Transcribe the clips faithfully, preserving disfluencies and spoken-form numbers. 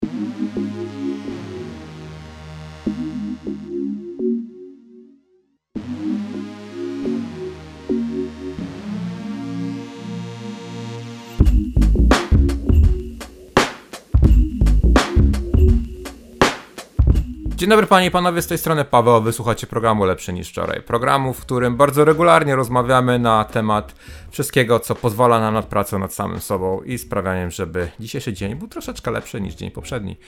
Dzień dobry panie i panowie, z tej strony Paweł, wysłuchacie programu Lepszy niż wczoraj. Programu, w którym bardzo regularnie rozmawiamy na temat wszystkiego, co pozwala nam nad pracą nad samym sobą i sprawianiem, żeby dzisiejszy dzień był troszeczkę lepszy niż dzień poprzedni.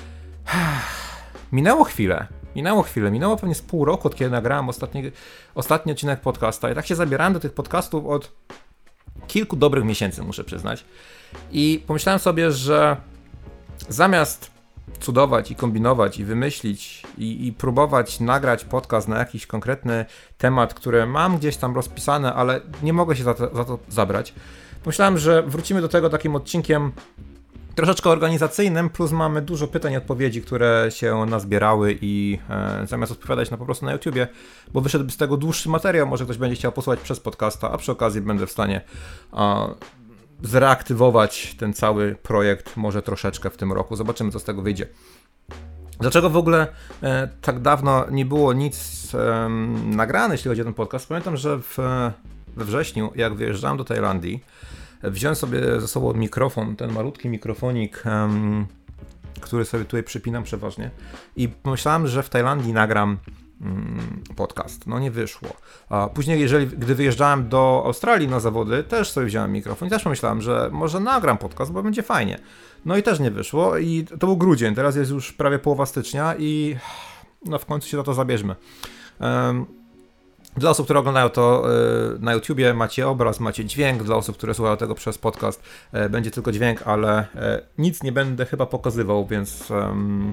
Minęło chwilę, minęło chwilę, minęło pewnie z pół roku, od kiedy nagrałem ostatni, ostatni odcinek podcasta i tak się zabierałem do tych podcastów od kilku dobrych miesięcy, muszę przyznać. I pomyślałem sobie, że zamiast cudować i kombinować i wymyślić i, i próbować nagrać podcast na jakiś konkretny temat, który mam gdzieś tam rozpisane, ale nie mogę się za to, za to zabrać. Pomyślałem, że wrócimy do tego takim odcinkiem troszeczkę organizacyjnym, plus mamy dużo pytań i odpowiedzi, które się nazbierały i e, zamiast odpowiadać na po prostu na YouTubie, bo wyszedłby z tego dłuższy materiał, może ktoś będzie chciał posłuchać przez podcasta, a przy okazji będę w stanie a, zreaktywować ten cały projekt może troszeczkę w tym roku. Zobaczymy, co z tego wyjdzie. Dlaczego w ogóle e, tak dawno nie było nic e, nagrane, jeśli chodzi o ten podcast? Pamiętam, że w, we wrześniu, jak wyjeżdżałem do Tajlandii, wziąłem sobie ze sobą mikrofon, ten malutki mikrofonik, e, który sobie tutaj przypinam przeważnie i pomyślałem, że w Tajlandii nagram podcast. No nie wyszło. A później, jeżeli, gdy wyjeżdżałem do Australii na zawody, też sobie wziąłem mikrofon i też pomyślałem, że może nagram podcast, bo będzie fajnie. No i też nie wyszło i to był grudzień, teraz jest już prawie połowa stycznia i no w końcu się za to zabierzmy. Um, Dla osób, które oglądają to yy, na YouTubie, macie obraz, macie dźwięk. Dla osób, które słuchają tego przez podcast, yy, będzie tylko dźwięk, ale yy, nic nie będę chyba pokazywał, więc yy,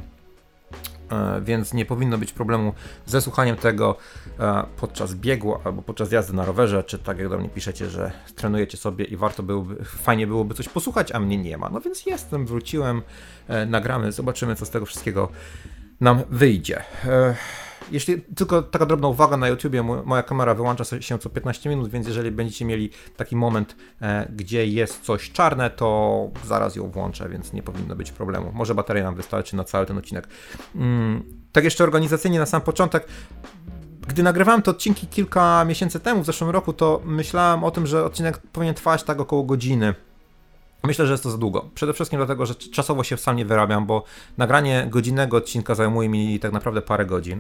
więc nie powinno być problemu ze słuchaniem tego podczas biegu albo podczas jazdy na rowerze, czy tak jak do mnie piszecie, że trenujecie sobie i warto byłoby, fajnie byłoby coś posłuchać, a mnie nie ma. No więc jestem, wróciłem, nagramy, zobaczymy, co z tego wszystkiego nam wyjdzie. Jeśli tylko taka drobna uwaga, na YouTubie moja kamera wyłącza się co piętnaście minut, więc jeżeli będziecie mieli taki moment, e, gdzie jest coś czarne, to zaraz ją włączę, więc nie powinno być problemu. Może bateria nam wystarczy na cały ten odcinek. Mm, tak jeszcze organizacyjnie na sam początek. Gdy nagrywałem te odcinki kilka miesięcy temu, w zeszłym roku, to myślałem o tym, że odcinek powinien trwać tak około godziny. Myślę, że jest to za długo. Przede wszystkim dlatego, że czasowo się sam nie wyrabiam, bo nagranie godzinnego odcinka zajmuje mi tak naprawdę parę godzin.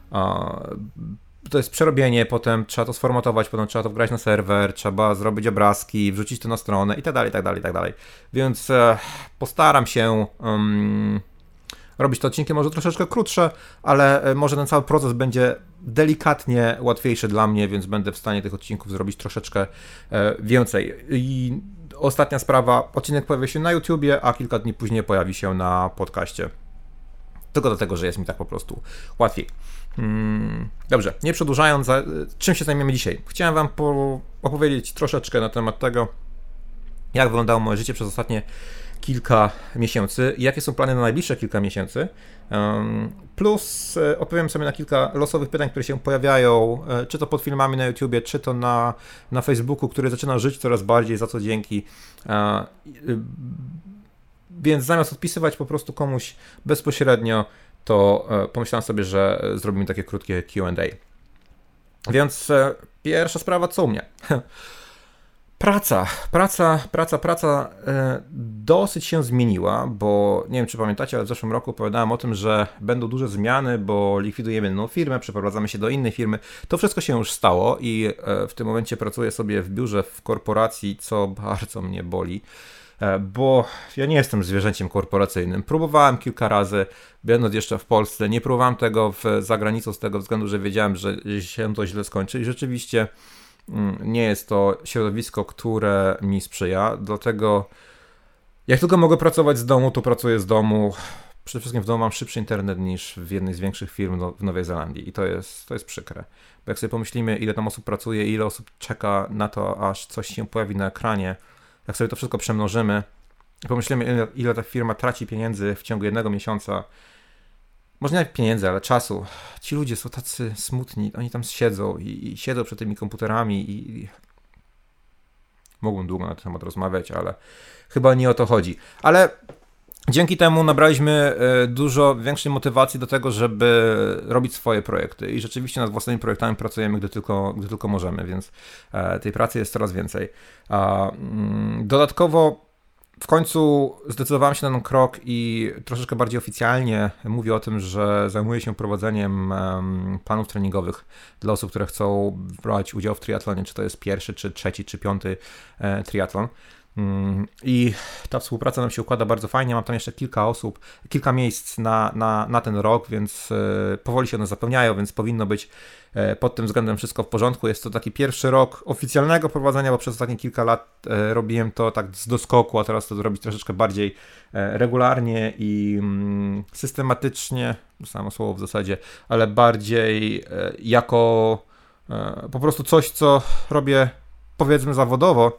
To jest przerobienie, potem trzeba to sformatować, potem trzeba to wgrać na serwer, trzeba zrobić obrazki, wrzucić to na stronę i tak dalej, i tak dalej, i tak dalej. Więc e, postaram się um, robić te odcinki może troszeczkę krótsze, ale może ten cały proces będzie delikatnie łatwiejszy dla mnie, więc będę w stanie tych odcinków zrobić troszeczkę e, więcej. I ostatnia sprawa, odcinek pojawi się na YouTubie, a kilka dni później pojawi się na podcaście. Tylko dlatego, że jest mi tak po prostu łatwiej. Hmm, dobrze, nie przedłużając, za, czym się zajmiemy dzisiaj? Chciałem wam po, opowiedzieć troszeczkę na temat tego, jak wyglądało moje życie przez ostatnie kilka miesięcy i jakie są plany na najbliższe kilka miesięcy. Um, plus e, odpowiem sobie na kilka losowych pytań, które się pojawiają, e, czy to pod filmami na YouTubie, czy to na, na Facebooku, który zaczyna żyć coraz bardziej, za co dzięki. E, e, Więc zamiast odpisywać po prostu komuś bezpośrednio, to e, pomyślałem sobie, że zrobimy takie krótkie Q and A. Więc e, pierwsza sprawa, co u mnie? Praca, praca, praca, praca e, dosyć się zmieniła, bo nie wiem, czy pamiętacie, ale w zeszłym roku opowiadałem o tym, że będą duże zmiany, bo likwidujemy jedną firmę, przeprowadzamy się do innej firmy. To wszystko się już stało i e, w tym momencie pracuję sobie w biurze w korporacji, co bardzo mnie boli. Bo ja nie jestem zwierzęciem korporacyjnym. Próbowałem kilka razy, będąc jeszcze w Polsce, nie próbowałem tego w, za granicą z tego względu, że wiedziałem, że się to źle skończy i rzeczywiście nie jest to środowisko, które mi sprzyja, dlatego jak tylko mogę pracować z domu, to pracuję z domu. Przede wszystkim w domu mam szybszy internet niż w jednej z większych firm w Nowej Zelandii i to jest, to jest przykre. Bo jak sobie pomyślimy, ile tam osób pracuje, ile osób czeka na to, aż coś się pojawi na ekranie, jak sobie to wszystko przemnożymy i pomyślimy, ile, ile ta firma traci pieniędzy w ciągu jednego miesiąca, może nie pieniędzy, ale czasu. Ci ludzie są tacy smutni, oni tam siedzą i, i siedzą przed tymi komputerami i, i mógłbym długo na ten temat rozmawiać, ale chyba nie o to chodzi. Ale Dzięki temu nabraliśmy dużo większej motywacji do tego, żeby robić swoje projekty i rzeczywiście nad własnymi projektami pracujemy, gdy tylko, gdy tylko możemy, więc tej pracy jest coraz więcej. Dodatkowo w końcu zdecydowałem się na ten krok i troszeczkę bardziej oficjalnie mówię o tym, że zajmuję się prowadzeniem planów treningowych dla osób, które chcą brać udział w triatlonie, czy to jest pierwszy, czy trzeci, czy piąty triatlon. I ta współpraca nam się układa bardzo fajnie, mam tam jeszcze kilka osób, kilka miejsc na, na, na ten rok, więc powoli się one zapełniają, więc powinno być pod tym względem wszystko w porządku. Jest to taki pierwszy rok oficjalnego prowadzenia, bo przez ostatnie kilka lat robiłem to tak z doskoku, a teraz to zrobić troszeczkę bardziej regularnie i systematycznie, samo słowo w zasadzie, ale bardziej jako po prostu coś, co robię powiedzmy zawodowo,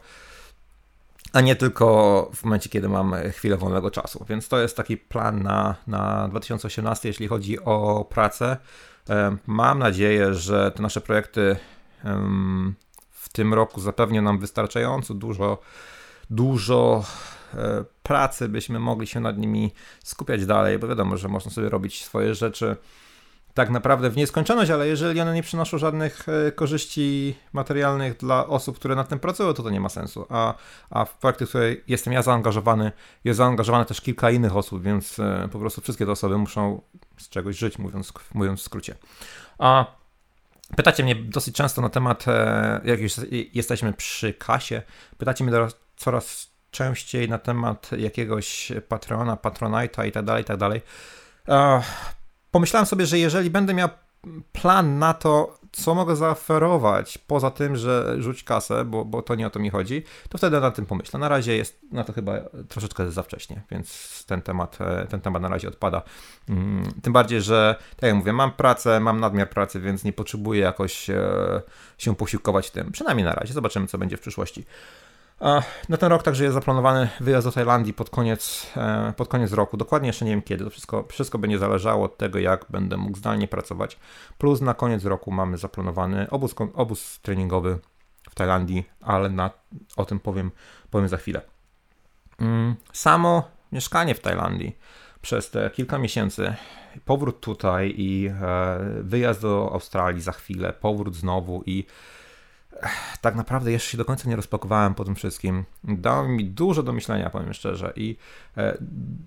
a nie tylko w momencie, kiedy mam chwilę wolnego czasu. Więc to jest taki plan na, na dwa tysiące osiemnasty, jeśli chodzi o pracę. Mam nadzieję, że te nasze projekty w tym roku zapewnią nam wystarczająco dużo, dużo pracy, byśmy mogli się nad nimi skupiać dalej, bo wiadomo, że można sobie robić swoje rzeczy tak naprawdę w nieskończoność, ale jeżeli one nie przynoszą żadnych korzyści materialnych dla osób, które nad tym pracują, to to nie ma sensu. A, a w projekty, w które jestem ja zaangażowany, jest zaangażowane też kilka innych osób, więc po prostu wszystkie te osoby muszą z czegoś żyć, mówiąc, mówiąc w skrócie. A pytacie mnie dosyć często na temat, jak już jesteśmy przy kasie, pytacie mnie coraz częściej na temat jakiegoś Patreona, Patronite'a i tak dalej, i tak dalej. Pomyślałem sobie, że jeżeli będę miał plan na to, co mogę zaoferować, poza tym, że rzuć kasę, bo, bo to nie o to mi chodzi, to wtedy na tym pomyślę. Na razie jest na to chyba troszeczkę za wcześnie, więc ten temat, ten temat na razie odpada. Tym bardziej, że tak jak mówię, mam pracę, mam nadmiar pracy, więc nie potrzebuję jakoś się posiłkować tym. Przynajmniej na razie. Zobaczymy, co będzie w przyszłości. Na ten rok także jest zaplanowany wyjazd do Tajlandii pod koniec, pod koniec roku. Dokładnie jeszcze nie wiem kiedy. To wszystko, wszystko będzie zależało od tego, jak będę mógł zdalnie pracować. Plus na koniec roku mamy zaplanowany obóz, obóz treningowy w Tajlandii, ale na, o tym powiem, powiem za chwilę. Samo mieszkanie w Tajlandii przez te kilka miesięcy, powrót tutaj i wyjazd do Australii za chwilę, powrót znowu i tak naprawdę jeszcze się do końca nie rozpakowałem po tym wszystkim. Dało mi dużo do myślenia, powiem szczerze, i e,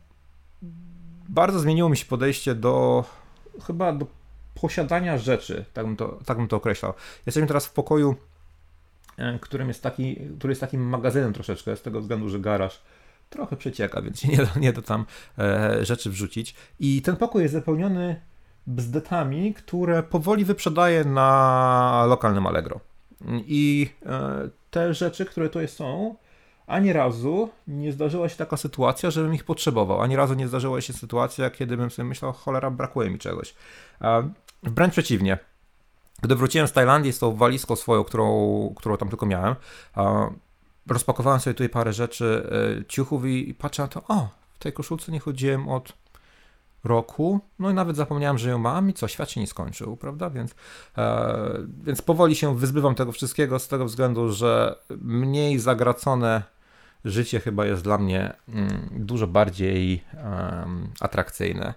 bardzo zmieniło mi się podejście do chyba do posiadania rzeczy, tak bym to, tak bym to określał. Jesteśmy teraz w pokoju, e, którym jest taki, który jest takim magazynem troszeczkę, z tego względu, że garaż trochę przecieka, więc się nie da, nie da tam e, rzeczy wrzucić. I ten pokój jest zapełniony bzdetami, które powoli wyprzedaję na lokalnym Allegro. I te rzeczy, które tutaj są, ani razu nie zdarzyła się taka sytuacja, żebym ich potrzebował. Ani razu nie zdarzyła się sytuacja, kiedy bym sobie myślał, cholera, brakuje mi czegoś. Wręcz przeciwnie. Gdy wróciłem z Tajlandii z tą walizką swoją, którą, którą tam tylko miałem, rozpakowałem sobie tutaj parę rzeczy, ciuchów i, i patrzę na to, o, w tej koszulce nie chodziłem od roku, no i nawet zapomniałem, że ją mam i co, świat się nie skończył, prawda, więc, e, więc powoli się wyzbywam tego wszystkiego z tego względu, że mniej zagracone życie chyba jest dla mnie mm, dużo bardziej um, atrakcyjne.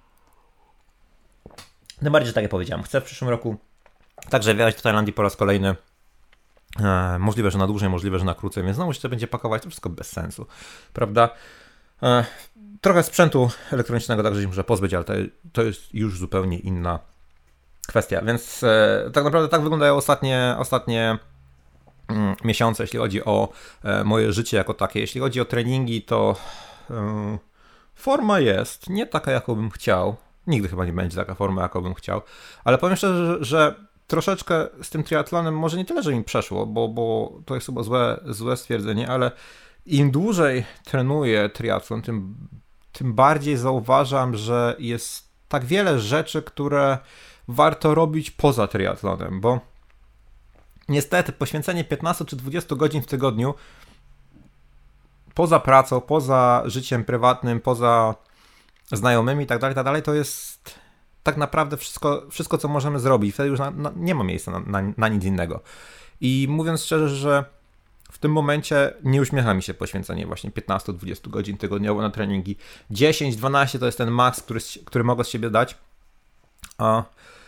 Tym bardziej, że tak jak powiedziałem, chcę w przyszłym roku także wjechać do Tajlandii po raz kolejny. E, możliwe, że na dłużej, możliwe, że na krócej, więc znowu się to będzie pakować, to wszystko bez sensu, prawda. E, Trochę sprzętu elektronicznego także się muszę pozbyć, ale to, to jest już zupełnie inna kwestia. Więc e, tak naprawdę tak wyglądają ostatnie, ostatnie mm, miesiące, jeśli chodzi o e, moje życie jako takie. Jeśli chodzi o treningi, to e, forma jest nie taka, jaką bym chciał. Nigdy chyba nie będzie taka forma, jaką bym chciał. Ale powiem szczerze, że, że troszeczkę z tym triatlonem może nie tyle, że mi przeszło, bo, bo to jest chyba złe, złe stwierdzenie, ale im dłużej trenuję triatlon, tym tym bardziej zauważam, że jest tak wiele rzeczy, które warto robić poza triatlonem, bo niestety poświęcenie piętnaście czy dwadzieścia godzin w tygodniu poza pracą, poza życiem prywatnym, poza znajomymi i tak dalej, tak dalej, to jest tak naprawdę wszystko, wszystko co możemy zrobić. Wtedy już na, na, nie ma miejsca na, na, na nic innego. I mówiąc szczerze, że w tym momencie nie uśmiecha mi się poświęcenie właśnie piętnaście do dwudziestu godzin tygodniowo na treningi. dziesięć dwanaście to jest ten maks, który, który mogę z siebie dać. A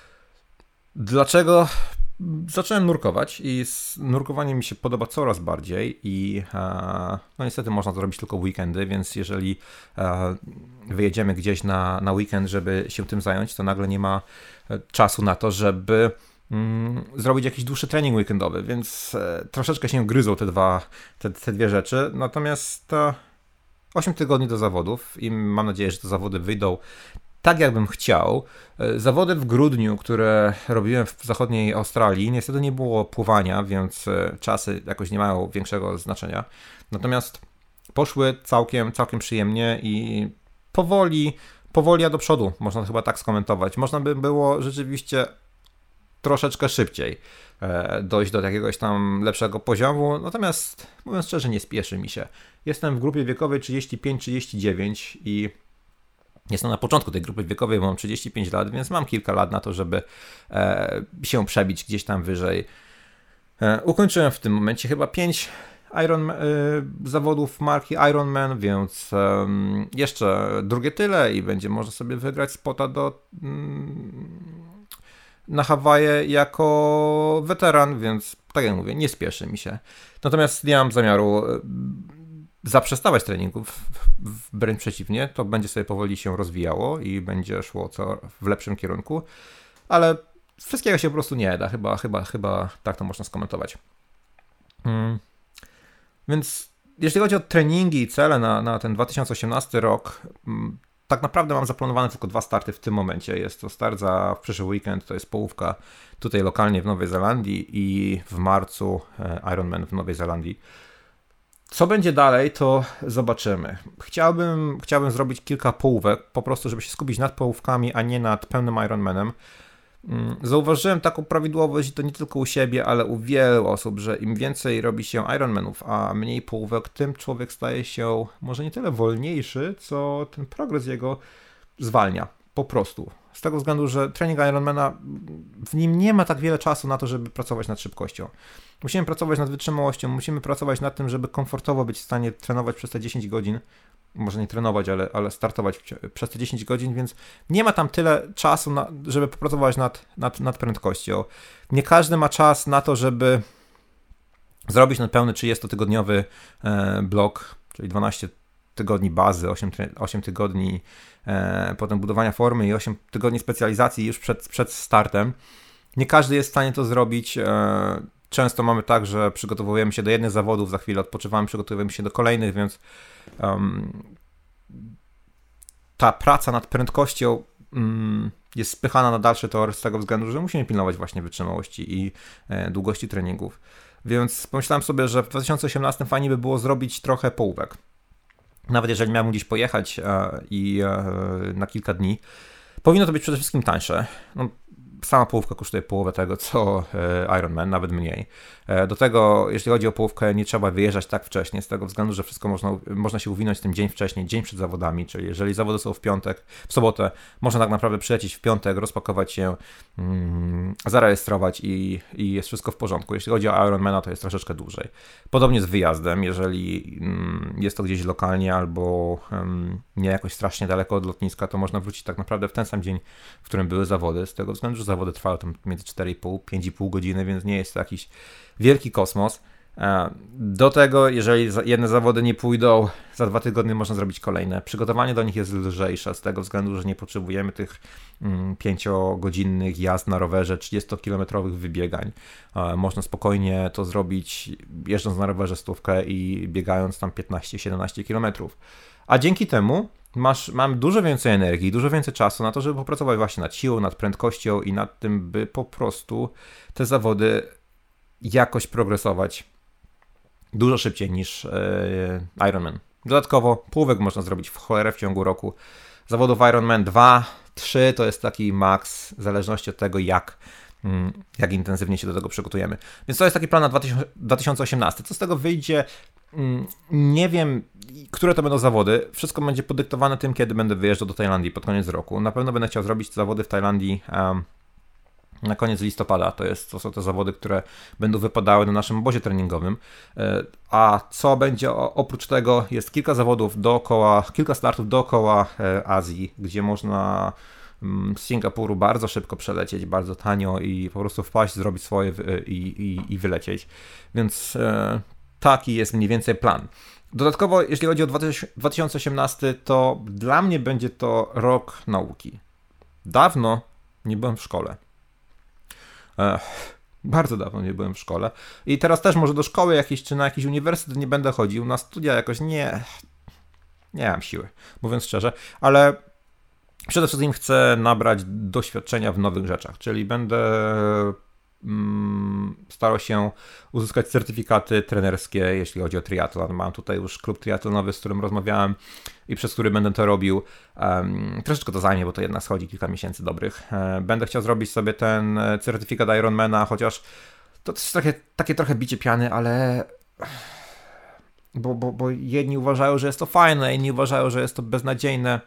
dlaczego? Zacząłem nurkować i nurkowanie mi się podoba coraz bardziej i no niestety można to robić tylko w weekendy, więc jeżeli wyjedziemy gdzieś na, na weekend, żeby się tym zająć, to nagle nie ma czasu na to, żeby mm, zrobić jakiś dłuższy trening weekendowy, więc troszeczkę się gryzą te dwa, te, te dwie rzeczy, natomiast osiem tygodni do zawodów i mam nadzieję, że te zawody wyjdą tak, jakbym chciał. Zawody w grudniu, które robiłem w zachodniej Australii, niestety nie było pływania, więc czasy jakoś nie mają większego znaczenia. Natomiast poszły całkiem, całkiem przyjemnie i powoli, powoli a do przodu, można to chyba tak skomentować. Można by było rzeczywiście troszeczkę szybciej dojść do jakiegoś tam lepszego poziomu, natomiast mówiąc szczerze, nie spieszy mi się. Jestem w grupie wiekowej trzydzieści pięć trzydzieści dziewięć i jestem na początku tej grupy wiekowej, bo mam trzydzieści pięć lat, więc mam kilka lat na to, żeby e, się przebić gdzieś tam wyżej. E, ukończyłem w tym momencie chyba pięć Iron, e, zawodów marki Ironman, więc e, jeszcze drugie tyle i będzie można sobie wygrać spota do, mm, na Hawaje jako weteran, więc tak jak mówię, nie spieszy mi się. Natomiast nie mam zamiaru zaprzestawać treningów, wręcz przeciwnie, to będzie sobie powoli się rozwijało i będzie szło co w lepszym kierunku, ale wszystkiego się po prostu nie da, chyba, chyba, chyba tak to można skomentować. Hmm. Więc jeśli chodzi o treningi i cele na, na ten dwa tysiące osiemnasty rok, tak naprawdę mam zaplanowane tylko dwa starty w tym momencie. Jest to start za w przyszły weekend, to jest połówka tutaj lokalnie w Nowej Zelandii i w marcu Ironman w Nowej Zelandii. Co będzie dalej, to zobaczymy. Chciałbym, chciałbym zrobić kilka połówek, po prostu, żeby się skupić nad połówkami, a nie nad pełnym Ironmanem. Zauważyłem taką prawidłowość, i to nie tylko u siebie, ale u wielu osób, że im więcej robi się Ironmanów, a mniej połówek, tym człowiek staje się może nie tyle wolniejszy, co ten progres jego zwalnia. Po prostu. Z tego względu, że trening Ironmana, w nim nie ma tak wiele czasu na to, żeby pracować nad szybkością. Musimy pracować nad wytrzymałością, musimy pracować nad tym, żeby komfortowo być w stanie trenować przez te dziesięć godzin. Może nie trenować, ale, ale startować przez te dziesięć godzin, więc nie ma tam tyle czasu, na, żeby popracować nad, nad, nad prędkością. Nie każdy ma czas na to, żeby zrobić ten pełny trzydziestotygodniowy e, blok, czyli dwanaście tygodni bazy, osiem, osiem tygodni e, potem budowania formy i osiem tygodni specjalizacji już przed, przed startem. Nie każdy jest w stanie to zrobić. E, często mamy tak, że przygotowujemy się do jednych zawodów, za chwilę odpoczywamy, przygotowujemy się do kolejnych, więc um, ta praca nad prędkością um, jest spychana na dalszy tor z tego względu, że musimy pilnować właśnie wytrzymałości i e, długości treningów. Więc pomyślałem sobie, że w dwa tysiące osiemnastym fajnie by było zrobić trochę połówek. Nawet jeżeli miałbym gdzieś pojechać e, i e, na kilka dni, powinno to być przede wszystkim tańsze. No, sama połówka kosztuje połowę tego, co e, Ironman, nawet mniej. E, do tego, jeśli chodzi o połówkę, nie trzeba wyjeżdżać tak wcześnie, z tego względu, że wszystko można, można się uwinąć tym dzień wcześniej, dzień przed zawodami, czyli jeżeli zawody są w piątek, w sobotę, można tak naprawdę przylecieć w piątek, rozpakować się, mm, zarejestrować i, i jest wszystko w porządku. Jeśli chodzi o Ironmana, to jest troszeczkę dłużej. Podobnie z wyjazdem, jeżeli mm, jest to gdzieś lokalnie albo mm, nie jakoś strasznie daleko od lotniska, to można wrócić tak naprawdę w ten sam dzień, w którym były zawody, z tego względu, że zawody trwały tam między cztery i pół do pięciu i pół godziny, więc nie jest to jakiś wielki kosmos. Do tego, jeżeli jedne zawody nie pójdą, za dwa tygodnie można zrobić kolejne. Przygotowanie do nich jest lżejsze z tego względu, że nie potrzebujemy tych pięciogodzinnych jazd na rowerze, trzydziestokilometrowych wybiegań. Można spokojnie to zrobić jeżdżąc na rowerze stówkę i biegając tam piętnaście siedemnaście kilometrów. A dzięki temu masz, mam dużo więcej energii, dużo więcej czasu na to, żeby popracować właśnie nad siłą, nad prędkością i nad tym, by po prostu te zawody jakoś progresować dużo szybciej niż yy, Ironman. Dodatkowo połówek można zrobić w cholerę w ciągu roku. Zawodów Ironman dwa, trzy to jest taki maks, w zależności od tego, jak, mm, jak intensywnie się do tego przygotujemy. Więc to jest taki plan na dwa tysiące osiemnasty. Co z tego wyjdzie? Mm, nie wiem, które to będą zawody. Wszystko będzie podyktowane tym, kiedy będę wyjeżdżał do Tajlandii pod koniec roku. Na pewno będę chciał zrobić zawody w Tajlandii um, na koniec listopada. To, jest, to są te zawody, które będą wypadały na naszym obozie treningowym. A co będzie oprócz tego? Jest kilka zawodów dookoła, kilka startów dookoła Azji, gdzie można z Singapuru bardzo szybko przelecieć, bardzo tanio i po prostu wpaść, zrobić swoje i, i, i wylecieć. Więc taki jest mniej więcej plan. Dodatkowo, jeśli chodzi o dwa tysiące osiemnasty, to dla mnie będzie to rok nauki. Dawno nie byłem w szkole. Ech, bardzo dawno nie byłem w szkole. I teraz też może do szkoły jakiejś, czy na jakiś uniwersytet nie będę chodził. Na studia jakoś nie... Nie mam siły, mówiąc szczerze. Ale przede wszystkim chcę nabrać doświadczenia w nowych rzeczach. Czyli będę mm, starał się uzyskać certyfikaty trenerskie, jeśli chodzi o triatlon. Mam tutaj już klub triatlonowy, z którym rozmawiałem i przez który będę to robił. Um, troszeczkę to zajmie, bo to jednak schodzi kilka miesięcy dobrych. Um, będę chciał zrobić sobie ten certyfikat Ironmana, chociaż to jest takie, takie trochę bicie piany, ale... Bo, bo, bo jedni uważają, że jest to fajne, inni uważają, że jest to beznadziejne.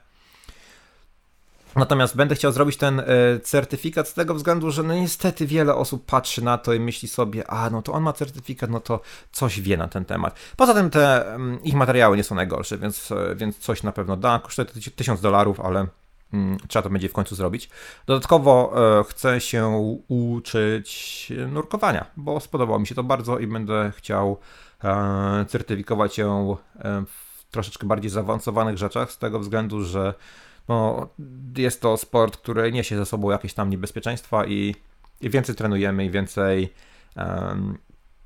Natomiast będę chciał zrobić ten y, certyfikat z tego względu, że no niestety wiele osób patrzy na to i myśli sobie, a no to on ma certyfikat, no to coś wie na ten temat. Poza tym te y, ich materiały nie są najgorsze, więc, y, więc coś na pewno da. Kosztuje to tysiąc dolarów, ale y, trzeba to będzie w końcu zrobić. Dodatkowo y, chcę się uczyć nurkowania, bo spodobało mi się to bardzo i będę chciał y, certyfikować się y, w troszeczkę bardziej zaawansowanych rzeczach, z tego względu, że no, jest to sport, który niesie ze sobą jakieś tam niebezpieczeństwa i, i więcej trenujemy i więcej um,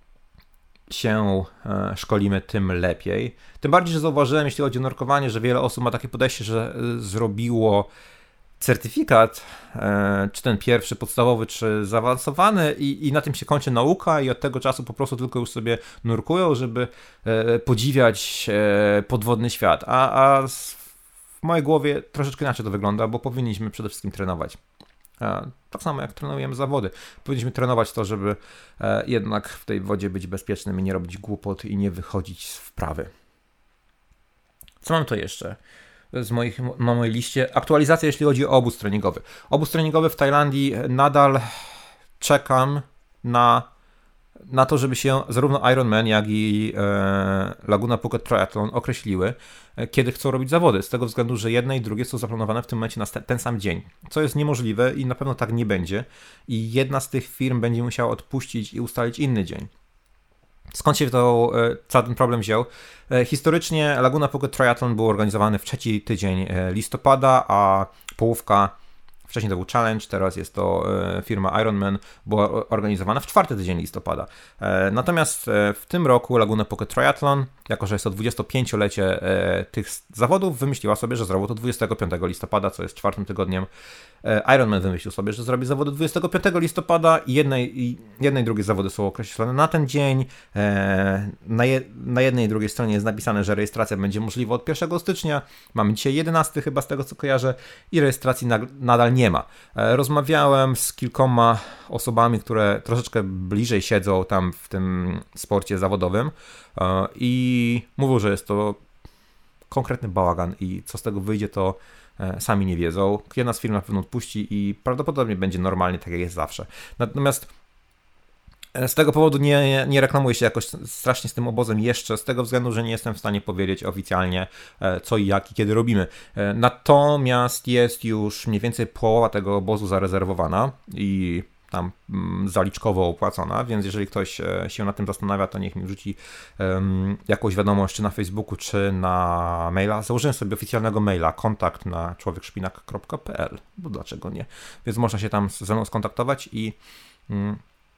się um, szkolimy, tym lepiej. Tym bardziej, że zauważyłem, jeśli chodzi o nurkowanie, że wiele osób ma takie podejście, że y, zrobiło certyfikat, y, czy ten pierwszy, podstawowy, czy zaawansowany i, i na tym się kończy nauka i od tego czasu po prostu tylko już sobie nurkują, żeby y, podziwiać y, podwodny świat. A, a w mojej głowie troszeczkę inaczej to wygląda, bo powinniśmy przede wszystkim trenować. E, tak samo jak trenujemy zawody. Powinniśmy trenować to, żeby e, jednak w tej wodzie być bezpiecznym i nie robić głupot i nie wychodzić z wprawy. Co mam to jeszcze z moich, na mojej liście? Aktualizacja, jeśli chodzi o obóz treningowy. Obóz treningowy w Tajlandii nadal czekam na na to, żeby się zarówno Ironman, jak i e, Laguna Phuket Triathlon określiły, e, kiedy chcą robić zawody, z tego względu, że jedne i drugie są zaplanowane w tym momencie na st- ten sam dzień, co jest niemożliwe i na pewno tak nie będzie i jedna z tych firm będzie musiała odpuścić i ustalić inny dzień. Skąd się to e, cały ten problem wziął? E, historycznie Laguna Phuket Triathlon był organizowany w trzeci tydzień e, listopada, a połówka wcześniej to był Challenge, teraz jest to e, firma Ironman, była organizowana w czwarty tydzień listopada. E, natomiast e, w tym roku Laguna Phuket Triathlon, jako że jest to dwudziestopięciolecie e, tych zawodów, wymyśliła sobie, że zrobią to dwudziestego piątego listopada, co jest czwartym tygodniem. E, Ironman wymyślił sobie, że zrobi zawody dwudziestego piątego listopada i jedne i, jedne i drugie zawody są określone na ten dzień. E, na, je, na jednej i drugiej stronie jest napisane, że rejestracja będzie możliwa od pierwszego stycznia. Mamy dzisiaj jedenasty chyba z tego, co kojarzę i rejestracji na, nadal nie ma. E, rozmawiałem z kilkoma osobami, które troszeczkę bliżej siedzą tam w tym sporcie zawodowym e, i mówią, że jest to konkretny bałagan i co z tego wyjdzie, to e, sami nie wiedzą. Jedna z firm na pewno odpuści i prawdopodobnie będzie normalnie, tak jak jest zawsze. Natomiast z tego powodu nie, nie reklamuję się jakoś strasznie z tym obozem jeszcze, z tego względu, że nie jestem w stanie powiedzieć oficjalnie co i jak i kiedy robimy. Natomiast jest już mniej więcej połowa tego obozu zarezerwowana i tam zaliczkowo opłacona, więc jeżeli ktoś się nad tym zastanawia, to niech mi wrzuci um, jakąś wiadomość, czy na Facebooku, czy na maila. Założyłem sobie oficjalnego maila, kontakt na człowiekszpinak kropka p l, bo dlaczego nie? Więc można się tam ze mną skontaktować i um,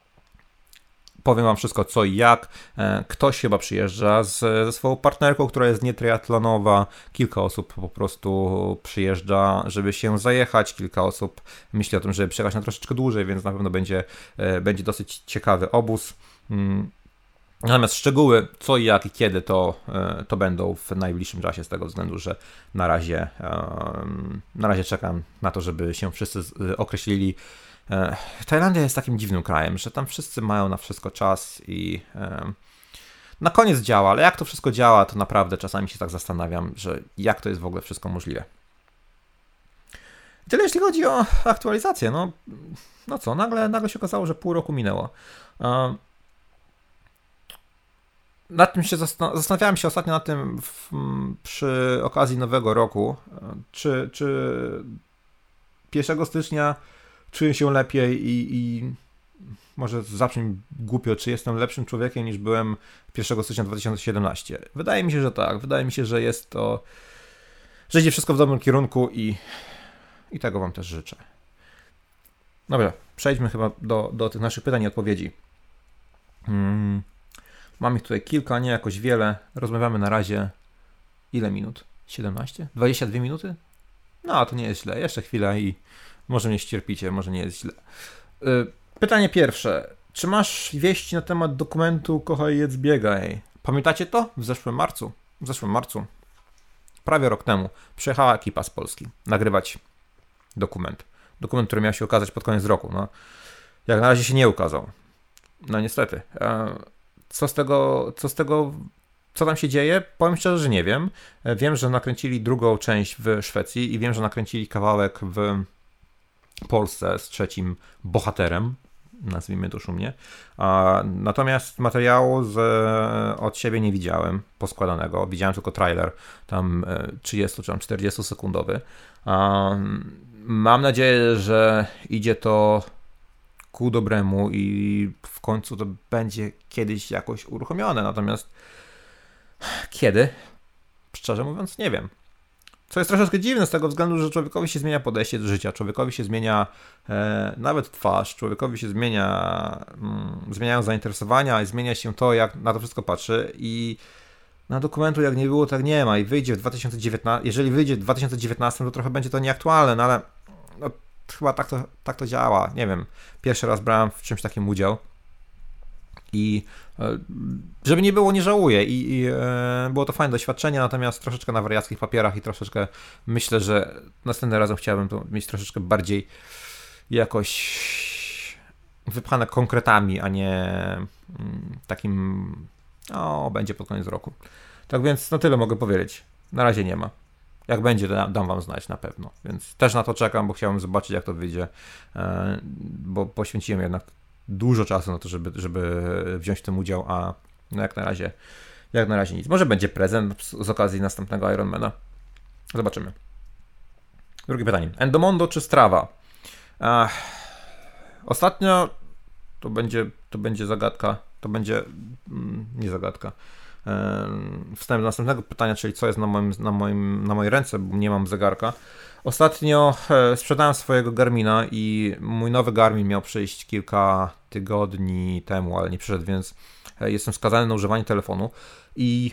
powiem wam wszystko co i jak. Ktoś chyba przyjeżdża z, ze swoją partnerką, która jest nietriatlonowa. Kilka osób po prostu przyjeżdża, żeby się zajechać. Kilka osób myśli o tym, żeby przyjechać na troszeczkę dłużej, więc na pewno będzie, będzie dosyć ciekawy obóz. Natomiast szczegóły co i jak i kiedy to, to będą w najbliższym czasie z tego względu, że na razie, na razie czekam na to, żeby się wszyscy określili. Tajlandia jest takim dziwnym krajem, że tam wszyscy mają na wszystko czas i na koniec działa, ale jak to wszystko działa, to naprawdę czasami się tak zastanawiam, że jak to jest w ogóle wszystko możliwe. Tyle jeśli chodzi o aktualizację, no, no co, nagle, nagle się okazało, że pół roku minęło. Nad tym się zastan- zastanawiałem się ostatnio nad tym w, przy okazji nowego roku, czy, czy pierwszego stycznia czuję się lepiej i, i może zabrzmi głupio, czy jestem lepszym człowiekiem niż byłem pierwszego stycznia dwa tysiące siedemnastego. Wydaje mi się, że tak. Wydaje mi się, że jest to, że idzie wszystko w dobrym kierunku i, i tego wam też życzę. Dobra, przejdźmy chyba do, do tych naszych pytań i odpowiedzi. Hmm. Mam ich tutaj kilka, nie jakoś wiele. Rozmawiamy na razie ile minut? siedemnaście? dwadzieścia dwie minuty? No, to nie jest źle. Jeszcze chwilę i może mnie ścierpicie, może nie jest źle. Pytanie pierwsze. Czy masz wieści na temat dokumentu Kochaj, jedz, biegaj? Pamiętacie to? W zeszłym marcu. W zeszłym marcu. Prawie rok temu przyjechała ekipa z Polski nagrywać dokument. Dokument, który miał się okazać pod koniec roku. No, jak na razie się nie ukazał. No niestety. Co z tego, co z tego, co tam się dzieje? Powiem szczerze, że nie wiem. Wiem, że nakręcili drugą część w Szwecji i wiem, że nakręcili kawałek w Polsce z trzecim bohaterem, nazwijmy to szumnie. A, natomiast materiału z, od siebie nie widziałem poskładanego. Widziałem tylko trailer, tam trzydzieści czy czterdzieści sekundowy. A, mam nadzieję, że idzie to ku dobremu i w końcu to będzie kiedyś jakoś uruchomione. Natomiast kiedy? Szczerze mówiąc, nie wiem. Co jest troszeczkę dziwne z tego względu, że człowiekowi się zmienia podejście do życia, człowiekowi się zmienia e, nawet twarz, człowiekowi się zmienia, mm, zmieniają zainteresowania i zmienia się to, jak na to wszystko patrzy i na dokumentu jak nie było, tak nie ma i wyjdzie w dwa tysiące dziewiętnastym, jeżeli wyjdzie w dwa tysiące dziewiętnastym, to trochę będzie to nieaktualne, no ale no, chyba tak to, tak to działa, nie wiem, pierwszy raz brałem w czymś takim udział. I żeby nie było, nie żałuję i, i e, było to fajne doświadczenie, natomiast troszeczkę na wariackich papierach i troszeczkę myślę, że następnym razem chciałbym to mieć troszeczkę bardziej jakoś wypchane konkretami, a nie mm, takim o, będzie pod koniec roku. Tak więc no tyle mogę powiedzieć. Na razie nie ma. Jak będzie, to dam wam znać na pewno. Więc też na to czekam, bo chciałem zobaczyć, jak to wyjdzie, e, bo poświęciłem jednak dużo czasu na to, żeby, żeby wziąć w tym udział, a no jak na razie jak na razie nic. Może będzie prezent z, z okazji następnego Ironmana. Zobaczymy. Drugie pytanie. Endomondo czy Strava? Ach, ostatnio to będzie, to będzie zagadka, to będzie mm, nie zagadka. Wstęp do następnego pytania, czyli co jest na, moim, na, moim, na mojej ręce, bo nie mam zegarka. Ostatnio sprzedałem swojego Garmina i mój nowy Garmin miał przyjść kilka tygodni temu, ale nie przyszedł, więc jestem skazany na używanie telefonu. I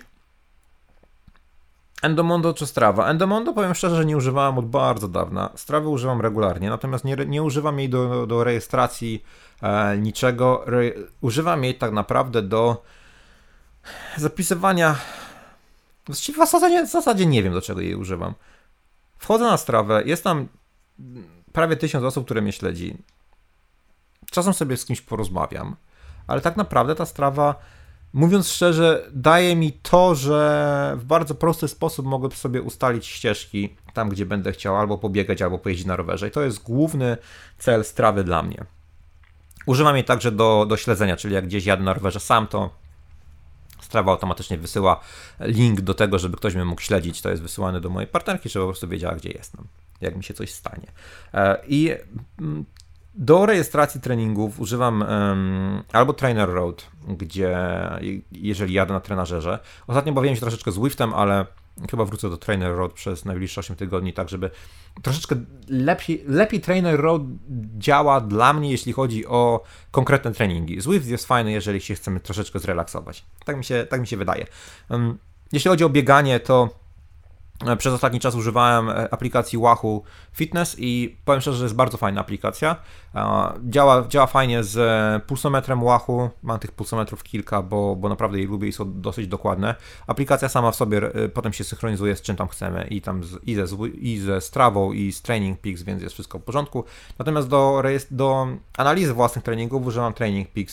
Endomondo czy Strava? Endomondo, powiem szczerze, że nie używałem od bardzo dawna. Strawy używam regularnie, natomiast nie, nie używam jej do, do rejestracji e, niczego. Re, używam jej tak naprawdę do zapisywania. Właściwie w zasadzie, w zasadzie nie wiem, do czego jej używam. Wchodzę na Strawę, jest tam prawie tysiąc osób, które mnie śledzi. Czasem sobie z kimś porozmawiam, ale tak naprawdę ta Strawa, mówiąc szczerze, daje mi to, że w bardzo prosty sposób mogę sobie ustalić ścieżki tam, gdzie będę chciał albo pobiegać, albo pojeździć na rowerze. I to jest główny cel Strawy dla mnie. Używam jej także do, do śledzenia, czyli jak gdzieś jadę na rowerze sam, to Strava automatycznie wysyła link do tego, żeby ktoś mnie mógł śledzić. To jest wysyłane do mojej partnerki, żeby po prostu wiedziała, gdzie jestem, jak mi się coś stanie. I do rejestracji treningów używam um, albo Trainer Road, gdzie jeżeli jadę na trenażerze. Ostatnio bawiłem się troszeczkę z Zwiftem, ale chyba wrócę do Trainer Road przez najbliższe osiem tygodni, tak żeby troszeczkę lepiej, lepiej Trainer Road działa dla mnie, jeśli chodzi o konkretne treningi. Zwift jest fajny, jeżeli się chcemy troszeczkę zrelaksować. Tak mi się, tak mi się wydaje. Um, jeśli chodzi o bieganie, to przez ostatni czas używałem aplikacji Wahoo Fitness i powiem szczerze, że jest bardzo fajna aplikacja. Działa, działa fajnie z pulsometrem Wahoo. Mam tych pulsometrów kilka, bo, bo naprawdę je lubię i są dosyć dokładne. Aplikacja sama w sobie potem się synchronizuje z czym tam chcemy i tam z, i, ze, i ze Strawą i z Training Peaks, więc jest wszystko w porządku. Natomiast do, do analizy własnych treningów używam Training Peaks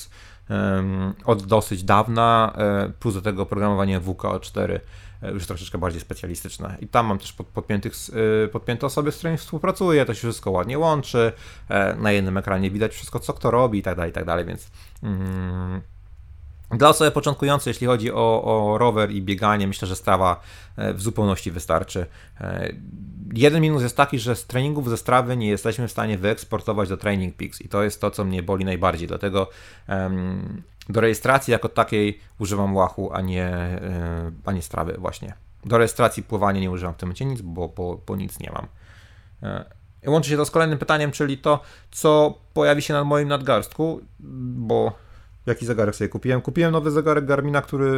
um, od dosyć dawna, um, plus do tego programowanie W K O cztery już troszeczkę bardziej specjalistyczne. I tam mam też pod, podpiętych, podpięte osoby, z którymi współpracuję, to się wszystko ładnie łączy, na jednym ekranie widać wszystko, co kto robi i tak dalej, i tak dalej, więc mm, dla osoby początkującej, jeśli chodzi o, o rower i bieganie, myślę, że Strava w zupełności wystarczy. Jeden minus jest taki, że z treningów ze Strawy nie jesteśmy w stanie wyeksportować do Training Peaks i to jest to, co mnie boli najbardziej, dlatego um, do rejestracji jako takiej używam Łachu, a nie, yy, a nie Strawy właśnie. Do rejestracji pływania nie używam w tym momencie nic, bo, bo, bo nic nie mam. Yy. Łączy się to z kolejnym pytaniem, czyli to, co pojawi się na moim nadgarstku, bo jaki zegarek sobie kupiłem? Kupiłem nowy zegarek Garmina, który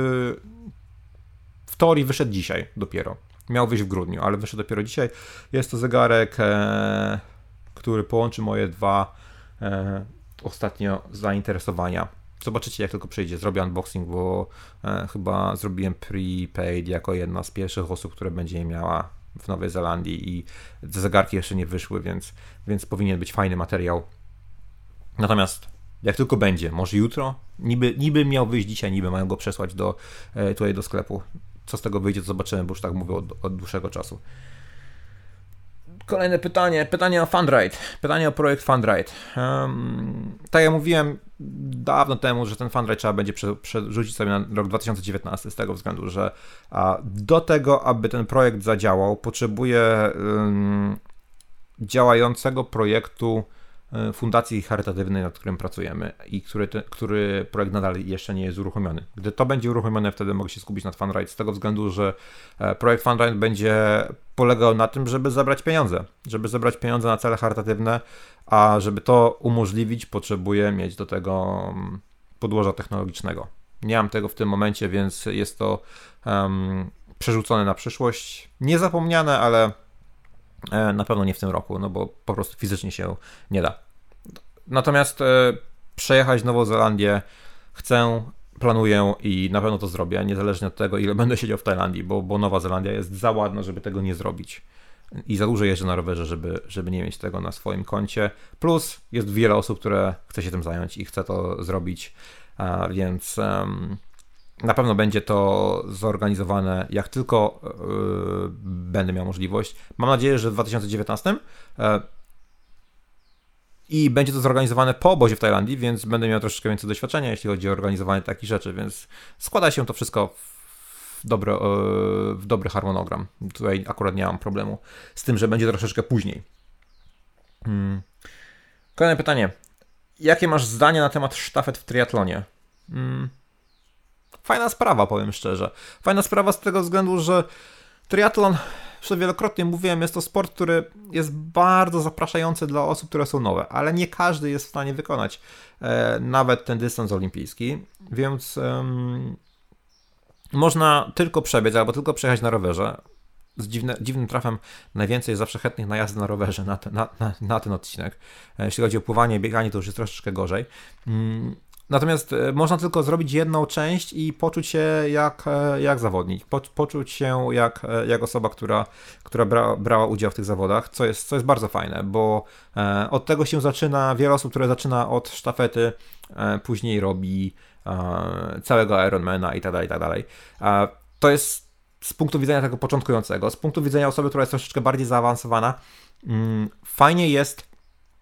w teorii wyszedł dzisiaj dopiero. Miał wyjść w grudniu, ale wyszedł dopiero dzisiaj. Jest to zegarek, e, który połączy moje dwa e, ostatnio zainteresowania. Zobaczycie, jak tylko przyjdzie. Zrobię unboxing, bo e, chyba zrobiłem prepaid jako jedna z pierwszych osób, które będzie je miała w Nowej Zelandii i te zegarki jeszcze nie wyszły, więc, więc powinien być fajny materiał. Natomiast jak tylko będzie, może jutro, niby, niby miał wyjść dzisiaj, niby mają go przesłać do, e, tutaj do sklepu. Co z tego wyjdzie, to zobaczymy, bo już tak mówię od, od dłuższego czasu. Kolejne pytanie, pytanie o Fundride, pytanie o projekt Fundride. Um, tak jak mówiłem dawno temu, że ten Fundride trzeba będzie prze, przerzucić sobie na rok dwa tysiące dziewiętnasty z tego względu, że a, do tego, aby ten projekt zadziałał, potrzebuje um, działającego projektu fundacji charytatywnej, nad którym pracujemy i który, te, który projekt nadal jeszcze nie jest uruchomiony. Gdy to będzie uruchomione, wtedy mogę się skupić na Fundride z tego względu, że projekt Fundride będzie polegał na tym, żeby zebrać pieniądze, żeby zebrać pieniądze na cele charytatywne, a żeby to umożliwić, potrzebuję mieć do tego podłoża technologicznego. Nie mam tego w tym momencie, więc jest to um, przerzucone na przyszłość. Niezapomniane, ale na pewno nie w tym roku, no bo po prostu fizycznie się nie da. Natomiast e, przejechać Nową Zelandię chcę, planuję i na pewno to zrobię, niezależnie od tego, ile będę siedział w Tajlandii, bo, bo Nowa Zelandia jest za ładna, żeby tego nie zrobić. I za dużo jeżdżę na rowerze, żeby, żeby nie mieć tego na swoim koncie. Plus jest wiele osób, które chce się tym zająć i chce to zrobić, a więc... Um, Na pewno będzie to zorganizowane, jak tylko yy, będę miał możliwość. Mam nadzieję, że w dwa tysiące dziewiętnastym yy, i będzie to zorganizowane po obozie w Tajlandii, więc będę miał troszeczkę więcej doświadczenia, jeśli chodzi o organizowanie takich rzeczy, więc składa się to wszystko w, dobre, yy, w dobry harmonogram. Tutaj akurat nie mam problemu z tym, że będzie troszeczkę później. Hmm. Kolejne pytanie. Jakie masz zdanie na temat sztafet w triatlonie? Hmm. Fajna sprawa, powiem szczerze. Fajna sprawa z tego względu, że triatlon, już wielokrotnie mówiłem, jest to sport, który jest bardzo zapraszający dla osób, które są nowe, ale nie każdy jest w stanie wykonać e, nawet ten dystans olimpijski, więc um, można tylko przebiec albo tylko przejechać na rowerze. Z dziwne, dziwnym trafem najwięcej jest zawsze chętnych na jazdę na rowerze na, te, na, na, na ten odcinek. E, jeśli chodzi o pływanie i bieganie, to już jest troszeczkę gorzej. Mm. Natomiast można tylko zrobić jedną część i poczuć się jak, jak zawodnik, po, poczuć się jak, jak osoba, która, która bra, brała udział w tych zawodach, co jest, co jest bardzo fajne, bo e, od tego się zaczyna, wiele osób, które zaczyna od sztafety, e, później robi e, całego Ironmana i tak dalej, i tak dalej. E, to jest z punktu widzenia tego początkującego, z punktu widzenia osoby, która jest troszeczkę bardziej zaawansowana, mm, fajnie jest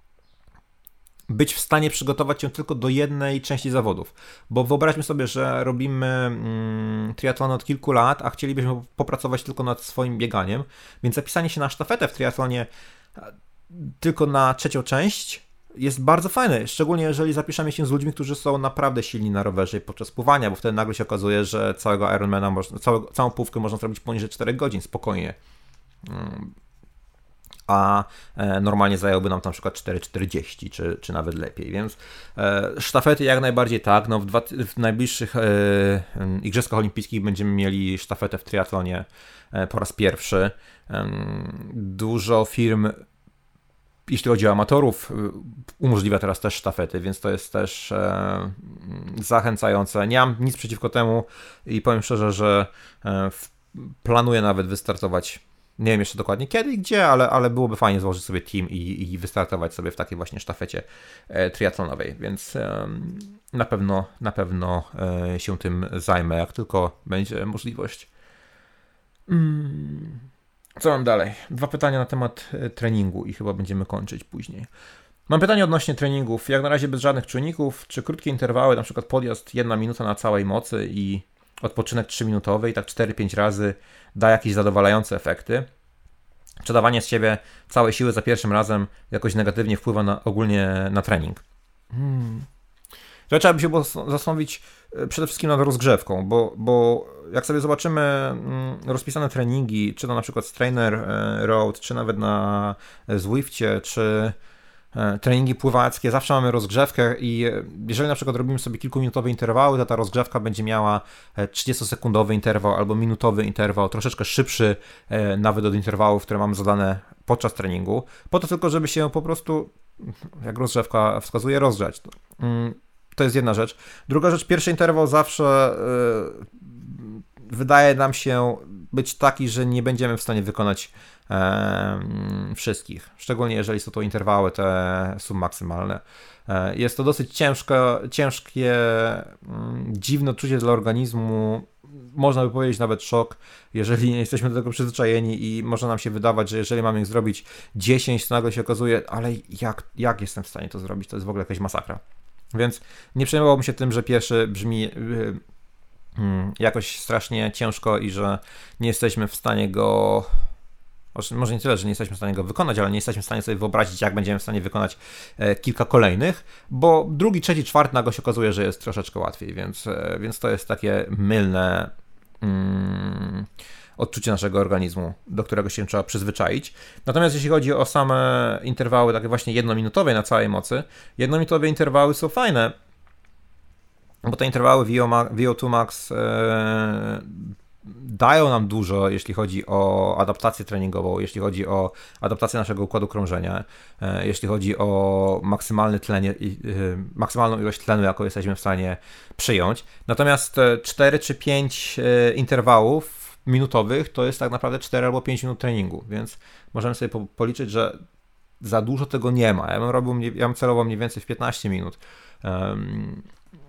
być w stanie przygotować się tylko do jednej części zawodów. Bo wyobraźmy sobie, że robimy mm, triatlon od kilku lat, a chcielibyśmy popracować tylko nad swoim bieganiem, więc zapisanie się na sztafetę w triatlonie tylko na trzecią część jest bardzo fajne, szczególnie jeżeli zapiszemy się z ludźmi, którzy są naprawdę silni na rowerze podczas pływania, bo wtedy nagle się okazuje, że całego Ironmana, można, całą, całą pływkę można zrobić poniżej czterech godzin spokojnie. Mm. A normalnie zająłby nam tam na przykład cztery czterdzieści, czy, czy nawet lepiej, więc e, sztafety jak najbardziej tak, no w, dwa, w najbliższych e, Igrzyskach Olimpijskich będziemy mieli sztafetę w triatlonie e, po raz pierwszy. E, dużo firm, jeśli chodzi o amatorów, umożliwia teraz też sztafety, więc to jest też e, zachęcające. Nie mam nic przeciwko temu i powiem szczerze, że e, w, planuję nawet wystartować Nie wiem jeszcze dokładnie kiedy i gdzie, ale, ale byłoby fajnie złożyć sobie team i, i wystartować sobie w takiej właśnie sztafecie e, triatlonowej, więc e, na pewno, na pewno e, się tym zajmę, jak tylko będzie możliwość. Hmm. Co mam dalej? Dwa pytania na temat treningu i chyba będziemy kończyć później. Mam pytanie odnośnie treningów. Jak na razie bez żadnych czynników. Czy krótkie interwały, na przykład podjazd jedna minuta na całej mocy i odpoczynek trzyminutowy i tak cztery pięć razy da jakieś zadowalające efekty? Czy dawanie z siebie całej siły za pierwszym razem jakoś negatywnie wpływa na, ogólnie na trening? Hmm. To trzeba by się było zastanowić przede wszystkim nad rozgrzewką, bo, bo jak sobie zobaczymy rozpisane treningi, czy to na przykład z Trainer Road, czy nawet na Zwiftie, czy treningi pływackie, zawsze mamy rozgrzewkę i jeżeli na przykład robimy sobie kilkuminutowe interwały, to ta rozgrzewka będzie miała trzydziestosekundowy interwał albo minutowy interwał, troszeczkę szybszy nawet od interwałów, które mamy zadane podczas treningu, po to tylko, żeby się po prostu, jak rozgrzewka wskazuje, rozgrzać. To jest jedna rzecz. Druga rzecz, pierwszy interwał zawsze yy, wydaje nam się być taki, że nie będziemy w stanie wykonać yy, wszystkich. Szczególnie jeżeli są to interwały te submaksymalne. Yy, jest to dosyć ciężko, ciężkie, yy, dziwne odczucie dla organizmu. Można by powiedzieć nawet szok, jeżeli nie jesteśmy do tego przyzwyczajeni i może nam się wydawać, że jeżeli mamy ich zrobić dziesięć, to nagle się okazuje, ale jak, jak jestem w stanie to zrobić? To jest w ogóle jakaś masakra. Więc nie przejmowałbym się tym, że pierwszy brzmi yy, yy, jakoś strasznie ciężko i że nie jesteśmy w stanie go, może nie tyle, że nie jesteśmy w stanie go wykonać, ale nie jesteśmy w stanie sobie wyobrazić, jak będziemy w stanie wykonać yy, kilka kolejnych, bo drugi, trzeci, czwarty nagle się okazuje, że jest troszeczkę łatwiej, więc, yy, więc to jest takie mylne yy, odczucie naszego organizmu, do którego się trzeba przyzwyczaić. Natomiast jeśli chodzi o same interwały takie właśnie jednominutowe na całej mocy, jednominutowe interwały są fajne, bo te interwały V O two Max e, dają nam dużo, jeśli chodzi o adaptację treningową, jeśli chodzi o adaptację naszego układu krążenia, e, jeśli chodzi o maksymalny tlenie, e, maksymalną ilość tlenu, jaką jesteśmy w stanie przyjąć. Natomiast cztery czy pięć e, interwałów minutowych to jest tak naprawdę cztery albo pięć minut treningu, więc możemy sobie po, policzyć, że za dużo tego nie ma. Ja bym robił, ja bym celował mniej więcej w piętnaście minut um,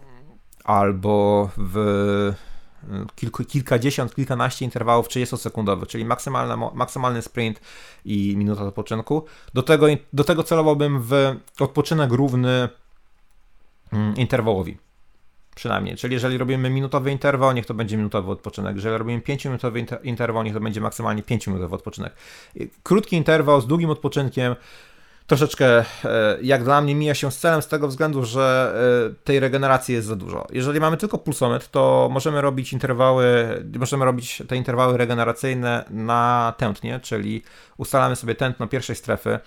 albo w kilku, kilkadziesiąt, kilkanaście interwałów trzydziestosekundowych, czyli maksymalny sprint i minuta odpoczynku. Do tego, do tego celowałbym w odpoczynek równy um, interwałowi. Przynajmniej, czyli jeżeli robimy minutowy interwał, niech to będzie minutowy odpoczynek. Jeżeli robimy pięciominutowy interwał, niech to będzie maksymalnie pięciominutowy odpoczynek. Krótki interwał z długim odpoczynkiem troszeczkę, jak dla mnie, mija się z celem z tego względu, że tej regeneracji jest za dużo. Jeżeli mamy tylko pulsometr, to możemy robić interwały, możemy robić te interwały regeneracyjne na tętnie, czyli ustalamy sobie tętno pierwszej strefy,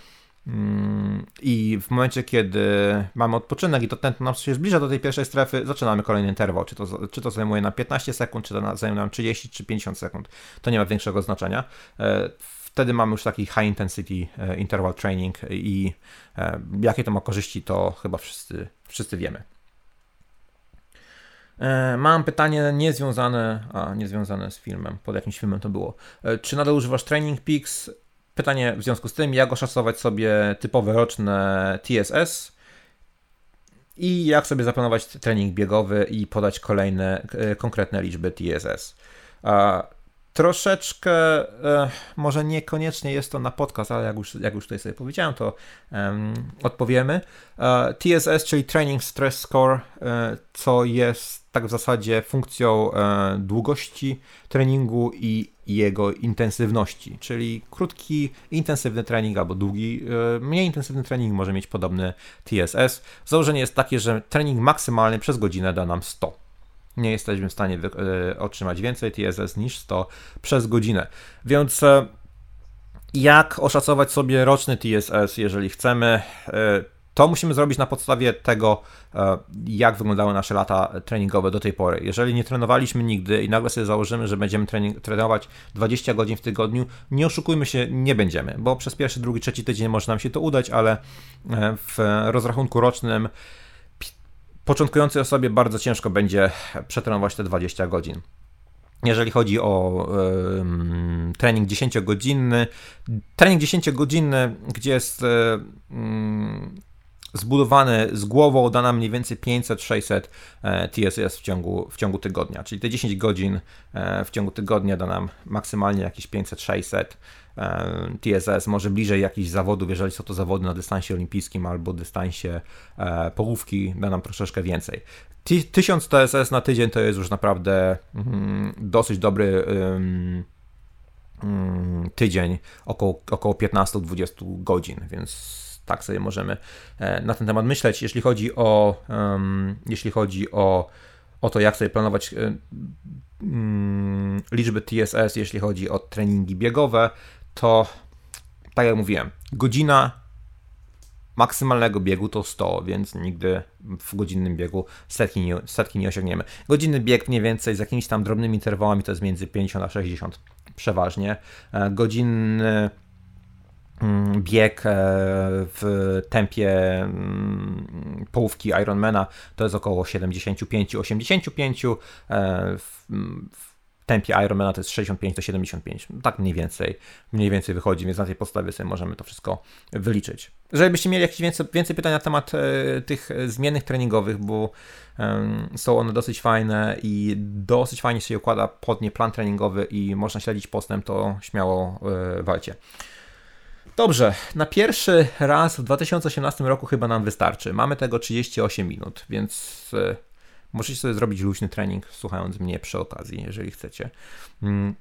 i w momencie, kiedy mamy odpoczynek i to tętno nam się zbliża do tej pierwszej strefy, zaczynamy kolejny interwał. Czy to, czy to zajmuje na piętnaście sekund, czy to zajmuje nam trzydzieści czy pięćdziesiąt sekund. To nie ma większego znaczenia. Wtedy mamy już taki high intensity interval training i jakie to ma korzyści, to chyba wszyscy, wszyscy wiemy. Mam pytanie niezwiązane, a niezwiązane z filmem, pod jakimś filmem to było. Czy nadal używasz Training Peaks? Pytanie w związku z tym, jak oszacować sobie typowe roczne T S S i jak sobie zaplanować trening biegowy i podać kolejne konkretne liczby T S S. Troszeczkę, może niekoniecznie jest to na podcast, ale jak już, jak już tutaj sobie powiedziałem, to um, odpowiemy. T S S, czyli Training Stress Score, co jest tak w zasadzie funkcją długości treningu i jego intensywności, czyli krótki, intensywny trening albo długi, mniej intensywny trening może mieć podobny T S S. Założenie jest takie, że trening maksymalny przez godzinę da nam sto. Nie jesteśmy w stanie wy- otrzymać więcej T S S niż sto przez godzinę. Więc jak oszacować sobie roczny T S S, jeżeli chcemy? To musimy zrobić na podstawie tego, jak wyglądały nasze lata treningowe do tej pory. Jeżeli nie trenowaliśmy nigdy i nagle sobie założymy, że będziemy trening, trenować dwadzieścia godzin w tygodniu, nie oszukujmy się, nie będziemy, bo przez pierwszy, drugi, trzeci tydzień może nam się to udać, ale w rozrachunku rocznym początkującej osobie bardzo ciężko będzie przetrenować te dwadzieścia godzin. jeżeli chodzi o y, trening dziesięciogodzinny. Trening dziesięciogodzinny, gdzie jest y, y, zbudowany z głową, da nam mniej więcej pięćset sześćset T S S w ciągu, w ciągu tygodnia, czyli te dziesięć godzin w ciągu tygodnia da nam maksymalnie jakieś pięćset sześćset T S S, może bliżej jakichś zawodów, jeżeli są to zawody na dystansie olimpijskim albo dystansie połówki, da nam troszeczkę więcej. tysiąc T S S na tydzień to jest już naprawdę mm, dosyć dobry mm, tydzień, około, około piętnaście do dwudziestu godzin, więc tak sobie możemy na ten temat myśleć. Jeśli chodzi o, um, jeśli chodzi o, o to, jak sobie planować um, liczby T S S, jeśli chodzi o treningi biegowe, to tak jak mówiłem, godzina maksymalnego biegu to sto, więc nigdy w godzinnym biegu setki nie, setki nie osiągniemy. Godzinny bieg mniej więcej z jakimiś tam drobnymi interwałami to jest między pięćdziesiąt a sześćdziesiąt przeważnie. Godzinny bieg w tempie połówki Ironmana to jest około siedemdziesiąt pięć do osiemdziesięciu pięciu, w tempie Ironmana to jest sześćdziesiąt pięć do siedemdziesięciu pięciu, tak mniej więcej, mniej więcej wychodzi, więc na tej podstawie sobie możemy to wszystko wyliczyć. Jeżeli byście mieli jakieś więcej, więcej pytań na temat e, tych zmiennych treningowych, bo e, są one dosyć fajne i dosyć fajnie się układa pod nie plan treningowy i można śledzić postęp, to śmiało e, walcie. Dobrze, na pierwszy raz w dwa tysiące osiemnastym roku chyba nam wystarczy. Mamy tego trzydzieści osiem minut, więc e, możecie sobie zrobić luźny trening, słuchając mnie przy okazji, jeżeli chcecie. Hmm.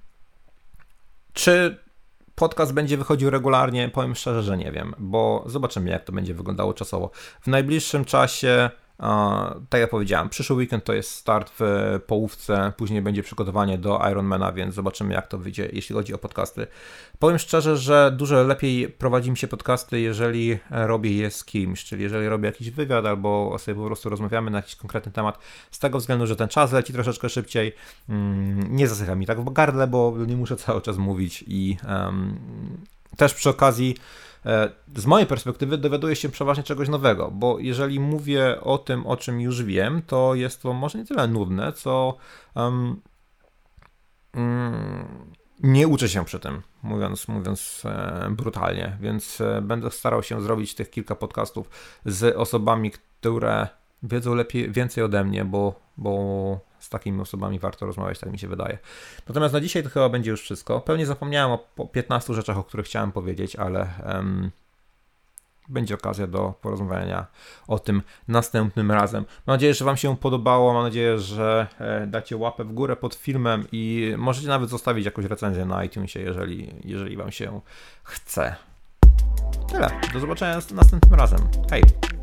Czy podcast będzie wychodził regularnie? Powiem szczerze, że nie wiem, bo zobaczymy, jak to będzie wyglądało czasowo. W najbliższym czasie, tak jak powiedziałem, przyszły weekend to jest start w połówce, później będzie przygotowanie do Ironmana, więc zobaczymy, jak to wyjdzie, jeśli chodzi o podcasty. Powiem szczerze, że dużo lepiej prowadzi mi się podcasty, jeżeli robię je z kimś, czyli jeżeli robię jakiś wywiad albo sobie po prostu rozmawiamy na jakiś konkretny temat, z tego względu, że ten czas leci troszeczkę szybciej, nie zasycha mi tak w gardle, bo nie muszę cały czas mówić i um, też przy okazji z mojej perspektywy dowiaduję się przeważnie czegoś nowego, bo jeżeli mówię o tym, o czym już wiem, to jest to może nie tyle nudne, co um, um, nie uczę się przy tym, mówiąc, mówiąc e, brutalnie, więc e, będę starał się zrobić tych kilka podcastów z osobami, które wiedzą lepiej, więcej ode mnie, bo, bo z takimi osobami warto rozmawiać, tak mi się wydaje. Natomiast na dzisiaj to chyba będzie już wszystko. Pewnie zapomniałem o piętnastu rzeczach, o których chciałem powiedzieć, ale um, będzie okazja do porozmawiania o tym następnym razem. Mam nadzieję, że Wam się podobało, mam nadzieję, że dacie łapę w górę pod filmem i możecie nawet zostawić jakąś recenzję na iTunesie, jeżeli, jeżeli Wam się chce. Tyle. Do zobaczenia następnym razem. Hej!